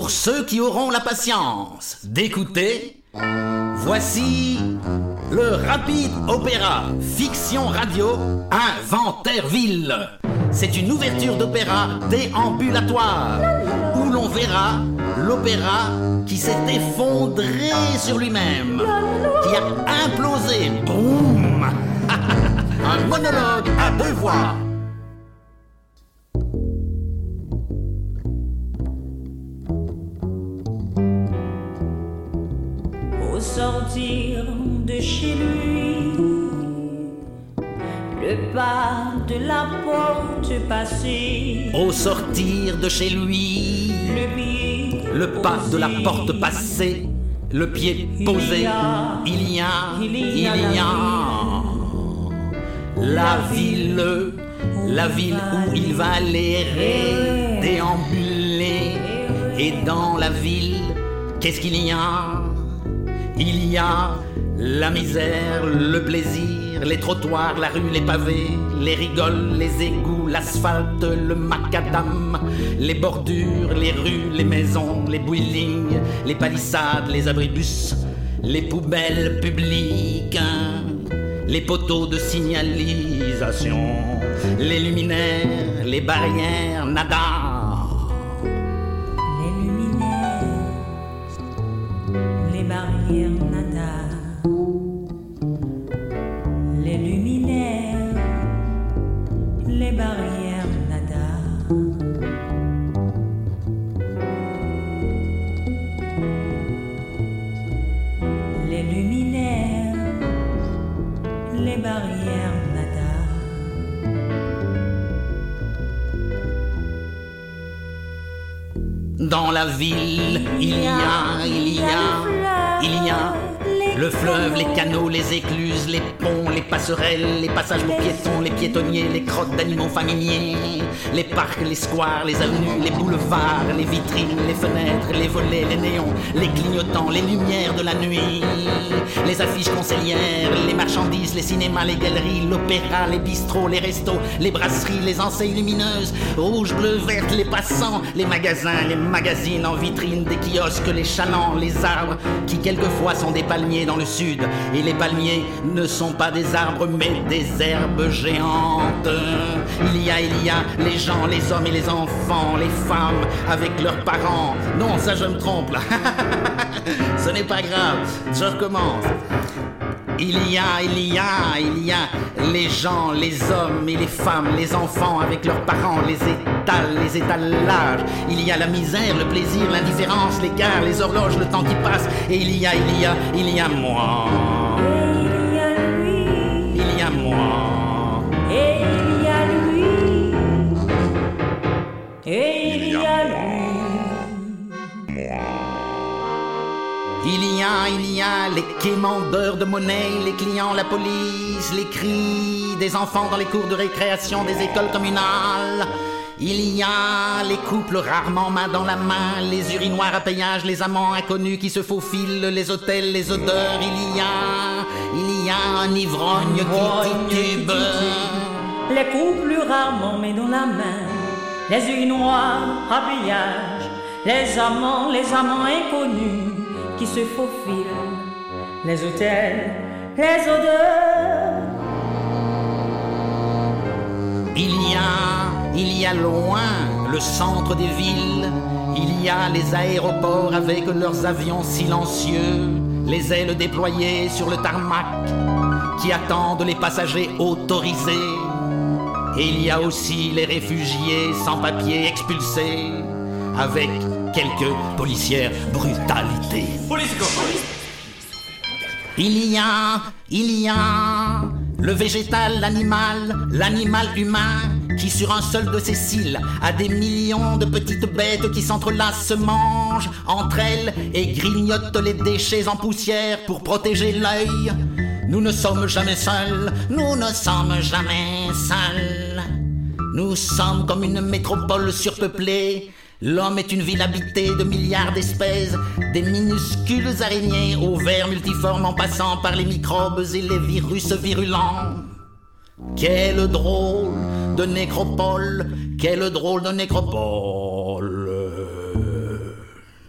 Pour ceux qui auront la patience d'écouter, voici le rapide opéra fiction radio Inventaireville. C'est une ouverture d'opéra déambulatoire où l'on verra l'opéra qui s'est effondré sur lui-même, qui a implosé. Boum. Un monologue à deux voix. Au sortir de chez lui, le pas de la porte passée. Au sortir de chez lui, le pas de la porte passée, le pied posé, il y a la ville où il va aller déambuler. Et dans la ville, qu'est-ce qu'il y a? Il y a la misère, le plaisir, les trottoirs, la rue, les pavés, les rigoles, les égouts, l'asphalte, le macadam, les bordures, les rues, les maisons, les buildings, les palissades, les abribus, les poubelles publiques, les poteaux de signalisation, les luminaires, les barrières, nada. Barrières nada, les luminaires, les barrières nada. Les luminaires, les barrières nada. Dans la ville, il y a le fleuve, les canaux, les écluses, les ponts, les passerelles, les passages pour piétons, les piétonniers, les crottes d'animaux familiers, les parcs, les squares, les avenues, les boulevards, les vitrines, les fenêtres, les volets, les néons, les clignotants, les lumières de la nuit, les affiches conseillères, les marchandises, les cinémas, les galeries, l'opéra, les bistrots, les restos, les brasseries, les enseignes lumineuses, rouges, bleues, vertes, les passants, les magasins, les magazines en vitrine, des kiosques, les chalands, les arbres, qui quelquefois sont des palmiers dans le sud, et les palmiers ne sont pas des arbres mais des herbes géantes. Il y a les gens, les hommes et les enfants, les femmes avec leurs parents. Non, ça je me trompe là. Ce n'est pas grave, je recommence. Il y a les gens, les hommes et les femmes, les enfants avec leurs parents, les étalages. Il y a la misère, le plaisir, l'indifférence, les gares, les horloges, le temps qui passe. Et il y a moi. Il y a lui. Il y a moi. Et il y a lui. Et il y a lui. Il y a les quémandeurs de monnaie, les clients, la police, les cris des enfants dans les cours de récréation des écoles communales. Il y a les couples rarement main dans la main, les urinoirs à péage, les amants inconnus qui se faufilent, les hôtels, les odeurs. Il y a un ivrogne qui titube. Les couples rarement mais dans la main, les urinoirs à péage, les amants inconnus qui se faufilent, les hôtels, les odeurs. Il y a loin le centre des villes, il y a les aéroports avec leurs avions silencieux, les ailes déployées sur le tarmac qui attendent les passagers autorisés. Et il y a aussi les réfugiés sans papier expulsés avec quelques policières brutalités. Il y a le végétal, l'animal humain qui sur un seul de ses cils a des millions de petites bêtes qui s'entrelacent, se mangent entre elles et grignotent les déchets en poussière pour protéger l'œil. Nous ne sommes jamais seuls, Nous sommes comme une métropole surpeuplée. L'homme est une ville habitée de milliards d'espèces, des minuscules araignées aux vers multiformes en passant par les microbes et les virus virulents. Quel drôle de nécropole, quel drôle de nécropole.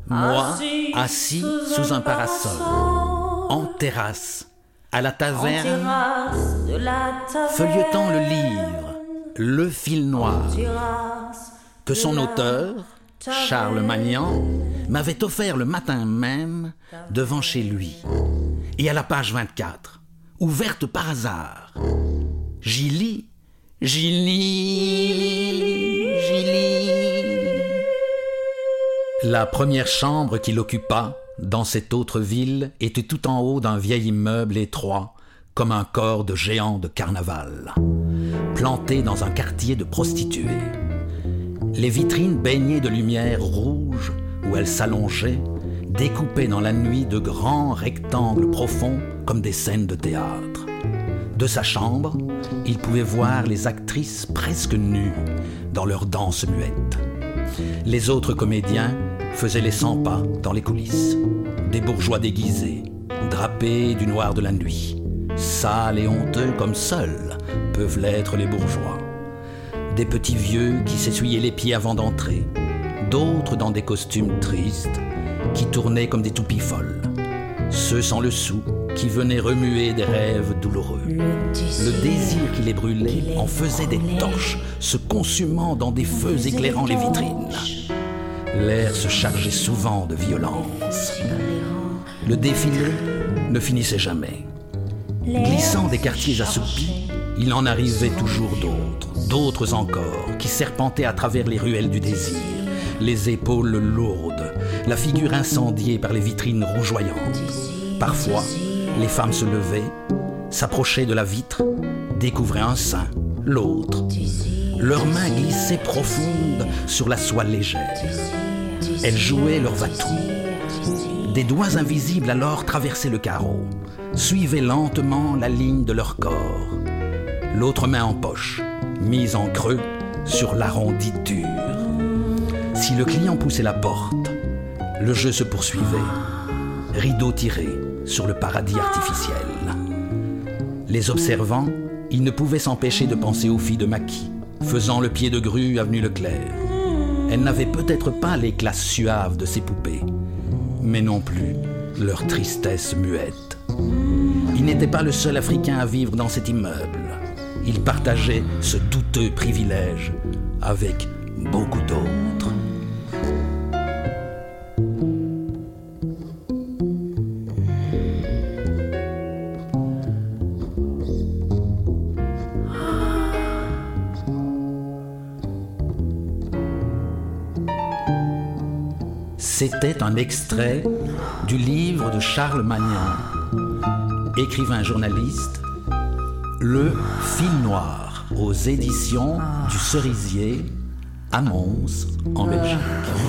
Moi, assis sous un parasol, en terrasse, à la taverne, feuilletant le livre, Le Fil Noir, que son auteur, Charles Magnan, m'avait offert le matin même devant chez lui. Et à la page 24, ouverte par hasard, j'y lis. La première chambre qu'il occupa dans cette autre ville était tout en haut d'un vieil immeuble étroit, comme un corps de géant de carnaval, planté dans un quartier de prostituées. Les vitrines baignées de lumière rouge où elles s'allongeaient, découpaient dans la nuit de grands rectangles profonds comme des scènes de théâtre. De sa chambre, il pouvait voir les actrices presque nues dans leur danse muette. Les autres comédiens faisaient les 100 pas dans les coulisses. Des bourgeois déguisés, drapés du noir de la nuit, sales et honteux comme seuls peuvent l'être les bourgeois. Des petits vieux qui s'essuyaient les pieds avant d'entrer, d'autres dans des costumes tristes qui tournaient comme des toupies folles. Ceux sans le sou qui venaient remuer des rêves douloureux. Le désir qui les brûlait en faisait des torches se consumant dans des feux éclairant les vitrines. L'air se chargeait souvent de violence. Le défilé ne finissait jamais. Glissant des quartiers assoupis, il en arrivait toujours d'autres encore, qui serpentaient à travers les ruelles du désir, les épaules lourdes, la figure incendiée par les vitrines rougeoyantes. Parfois, les femmes se levaient, s'approchaient de la vitre, découvraient un sein, l'autre. Leurs mains glissaient profondes sur la soie légère. Elles jouaient leur va-tout. Des doigts invisibles alors traversaient le carreau, suivaient lentement la ligne de leur corps. L'autre main en poche, mise en creux sur l'arrondi dur. Si le client poussait la porte, le jeu se poursuivait, rideau tiré sur le paradis artificiel. Les observant, ils ne pouvaient s'empêcher de penser aux filles de maquis, faisant le pied de grue avenue Leclerc. Elles n'avaient peut-être pas l'éclat suave de ces poupées, mais non plus leur tristesse muette. Il n'était pas le seul Africain à vivre dans cet immeuble. Il partageait ce douteux privilège avec beaucoup d'autres. C'était un extrait du livre de Charles Magnan, écrivain journaliste, Le Fil Noir, aux éditions du Cerisier, à Mons, en Belgique.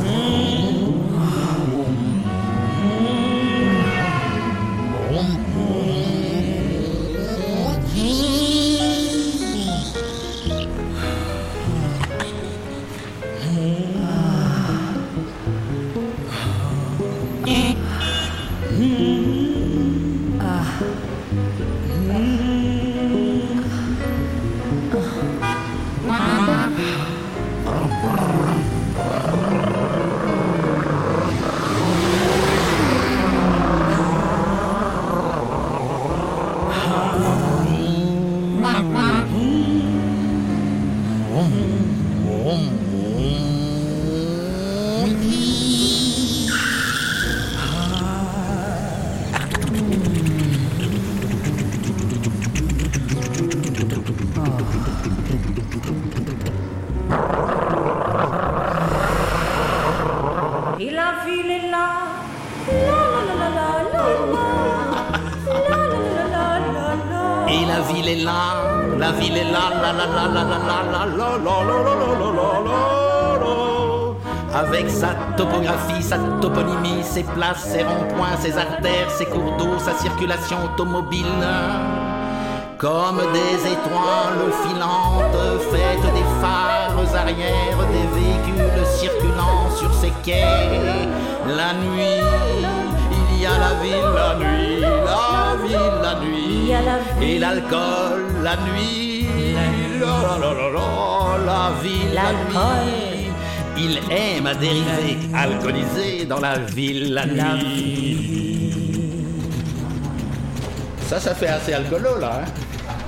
Et la ville est là, la la la la la la la. Et la ville est là, la ville est là, la la la la la la la la la. Avec sa topographie, sa toponymie, ses places, ses ronds-points, ses artères, ses cours d'eau, sa circulation automobile. Comme des étoiles filantes, faites des phares arrière, des véhicules circulant sur ces quais. La nuit, il y a la ville, la nuit, la ville, la nuit, et l'alcool, la nuit, la ville, la nuit, Il aime à dériver, alcoolisé dans la ville la nuit. Ça fait assez alcoolo, là, hein?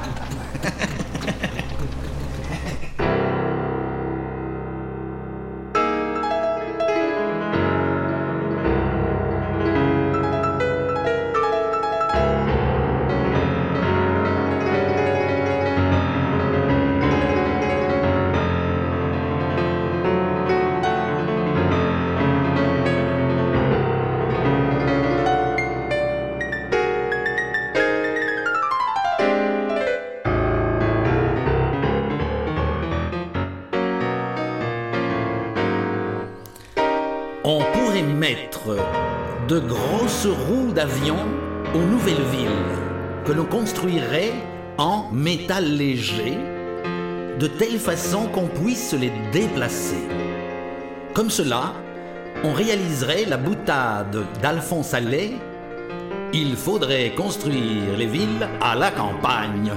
On pourrait mettre de grosses roues d'avion aux nouvelles villes que l'on construirait en métal léger, de telle façon qu'on puisse les déplacer. Comme cela, on réaliserait la boutade d'Alphonse Allais: il faudrait construire les villes à la campagne.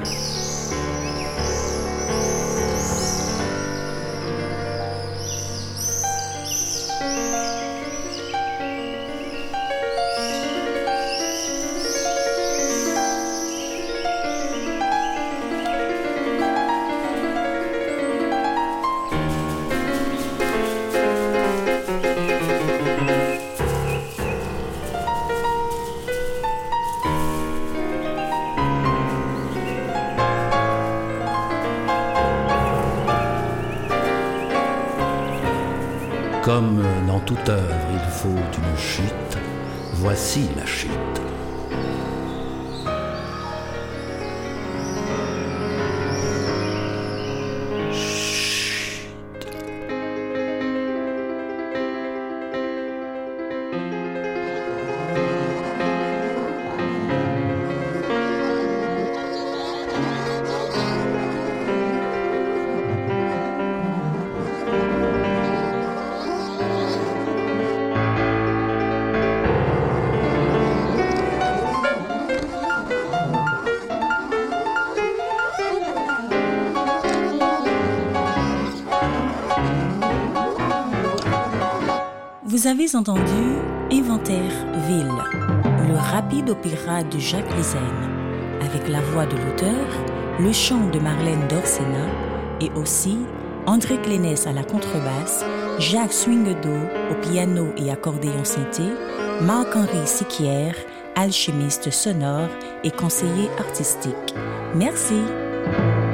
Comme dans toute œuvre, il faut une chute. Voici la chute. Vous avez entendu Inventaire Ville, le rapide opéra de Jacques Lezen, avec la voix de l'auteur, le chant de Marlène Dorsena et aussi André Clénès à la contrebasse, Jacques Swinguedo au piano et accordéon synthé, Marc-Henri Siquière, alchimiste sonore et conseiller artistique. Merci.